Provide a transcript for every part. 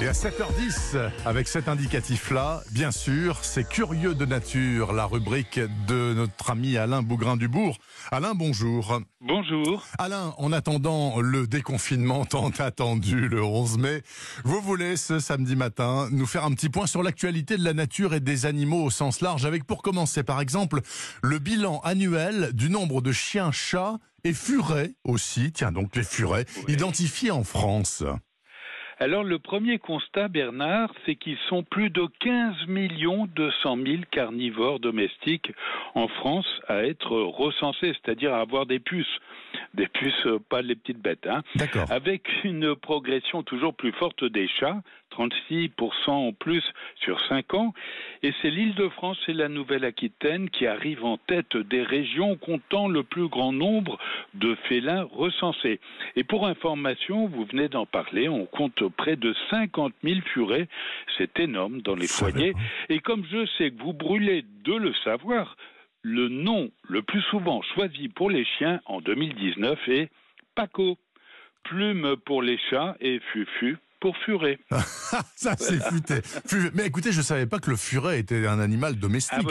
Et à 7h10, avec cet indicatif-là, bien sûr, c'est Curieux de nature, la rubrique de notre ami Alain Bougrain-Dubourg. Alain, bonjour. Bonjour. Alain, en attendant le déconfinement tant attendu le 11 mai, vous voulez ce samedi matin nous faire un petit point sur l'actualité de la nature et des animaux au sens large, avec pour commencer par exemple le bilan annuel du nombre de chiens, chats et furets aussi, tiens donc les furets, identifiés en France. Alors le premier constat, Bernard, c'est qu'ils sont plus de 15 200 000 carnivores domestiques en France à être recensés, c'est-à-dire à avoir des puces. Des puces, pas les petites bêtes, hein. D'accord. Avec une progression toujours plus forte des chats, 36% en plus sur 5 ans. Et c'est l'Île-de-France et la Nouvelle-Aquitaine qui arrivent en tête des régions comptant le plus grand nombre de félins recensés. Et pour information, vous venez d'en parler, on compte près de 50 000 furets. C'est énorme dans les foyers. Et comme je sais que vous brûlez de le savoir, le nom le plus souvent choisi pour les chiens en 2019 est Paco. Plume pour les chats et Fufu pour furet. Ça, c'est futé. Mais écoutez, je ne savais pas que le furet était un animal domestique.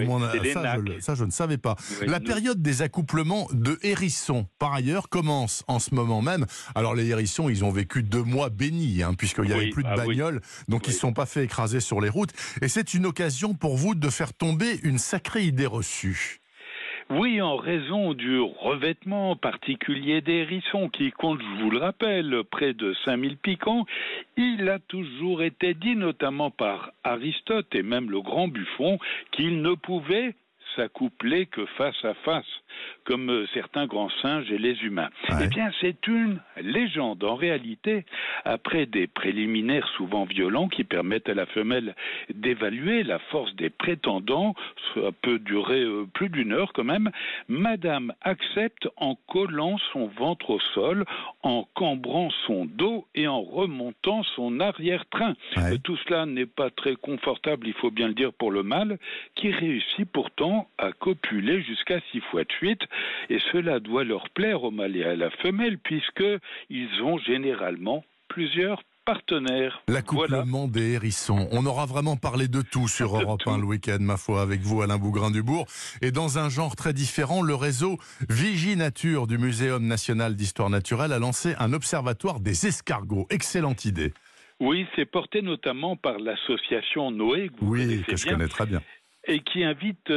Ça, je ne savais pas. Oui, la période des accouplements de hérissons, par ailleurs, commence en ce moment même. Alors, les hérissons, ils ont vécu 2 mois bénis, puisqu'il n'y avait plus de bagnoles, donc ils ne sont pas fait écraser sur les routes. Et c'est une occasion pour vous de faire tomber une sacrée idée reçue. Oui, en raison du revêtement particulier des hérissons qui compte, je vous le rappelle, près de 5000 piquants, il a toujours été dit, notamment par Aristote et même le grand Buffon, qu'ils ne pouvaient s'accoupler que face à face, comme certains grands singes et les humains. Ouais. Eh bien, c'est une légende. En réalité, après des préliminaires souvent violents qui permettent à la femelle d'évaluer la force des prétendants, ça peut durer plus d'1 heure quand même, Madame accepte en collant son ventre au sol, en cambrant son dos et en remontant son arrière-train. Ouais. Tout cela n'est pas très confortable, il faut bien le dire, pour le mâle, qui réussit pourtant à copuler jusqu'à 6 fois de suite, et cela doit leur plaire au mâle et à la femelle, puisqu'ils ont généralement plusieurs partenaires. L'accouplement des hérissons. On aura vraiment parlé de tout sur Europe 1 le week-end, ma foi, avec vous, Alain Bougrain-Dubourg. Et dans un genre très différent, le réseau Viginature du Muséum national d'histoire naturelle a lancé un observatoire des escargots. Excellente idée. Oui, c'est porté notamment par l'association Noé, que vous connaissez que je bien, connais très bien. et qui invite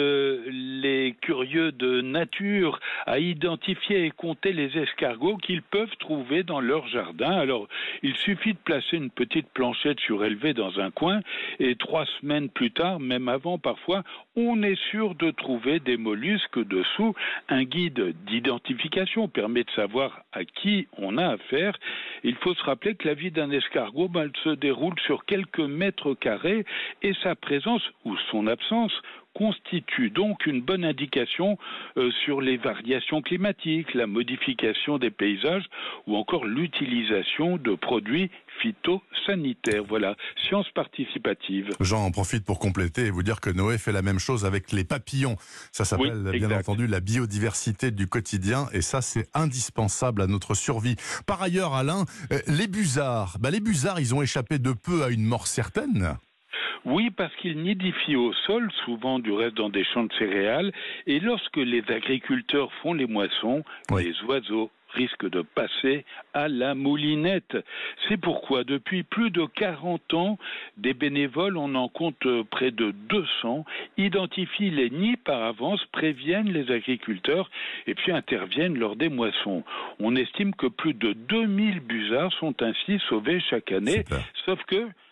les curieux de nature à identifier et compter les escargots qu'ils peuvent trouver dans leur jardin. Alors, il suffit de placer une petite planchette surélevée dans un coin et 3 semaines plus tard, même avant parfois, on est sûr de trouver des mollusques dessous. Un guide d'identification permet de savoir à qui on a affaire. Il faut se rappeler que la vie d'un escargot, elle se déroule sur quelques mètres carrés et sa présence ou son absence constitue donc une bonne indication sur les variations climatiques, la modification des paysages ou encore l'utilisation de produits phytosanitaires. Voilà, science participative. J'en profite pour compléter et vous dire que Noé fait la même chose avec les papillons. Ça s'appelle bien entendu la biodiversité du quotidien et ça c'est indispensable à notre survie. Par ailleurs, Alain, les busards, ils ont échappé de peu à une mort certaine. Oui, parce qu'ils nidifient au sol, souvent du reste dans des champs de céréales, et lorsque les agriculteurs font les moissons, les oiseaux risquent de passer à la moulinette. C'est pourquoi, depuis plus de 40 ans, des bénévoles, on en compte près de 200, identifient les nids par avance, préviennent les agriculteurs et puis interviennent lors des moissons. On estime que plus de 2000 busards sont ainsi sauvés chaque année, sauf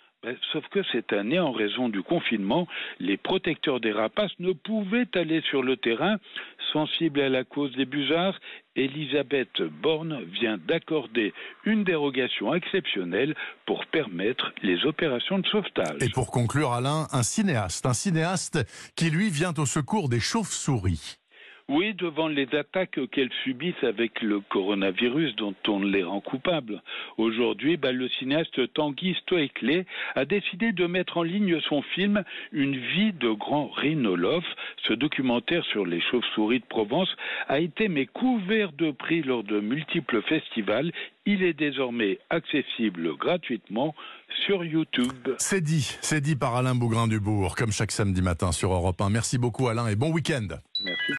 que cette année, en raison du confinement, les protecteurs des rapaces ne pouvaient aller sur le terrain. Sensible à la cause des busards, Elisabeth Borne vient d'accorder une dérogation exceptionnelle pour permettre les opérations de sauvetage. Et pour conclure, Alain, un cinéaste qui lui vient au secours des chauves-souris. Oui, devant les attaques qu'elles subissent avec le coronavirus dont on les rend coupables. Aujourd'hui, le cinéaste Tanguy Stoeclé a décidé de mettre en ligne son film Une vie de grand rhinolophe. Ce documentaire sur les chauves-souris de Provence a été couvert de prix lors de multiples festivals. Il est désormais accessible gratuitement sur YouTube. C'est dit par Alain Bougrain-Dubourg, comme chaque samedi matin sur Europe 1. Merci beaucoup Alain et bon week-end. Merci.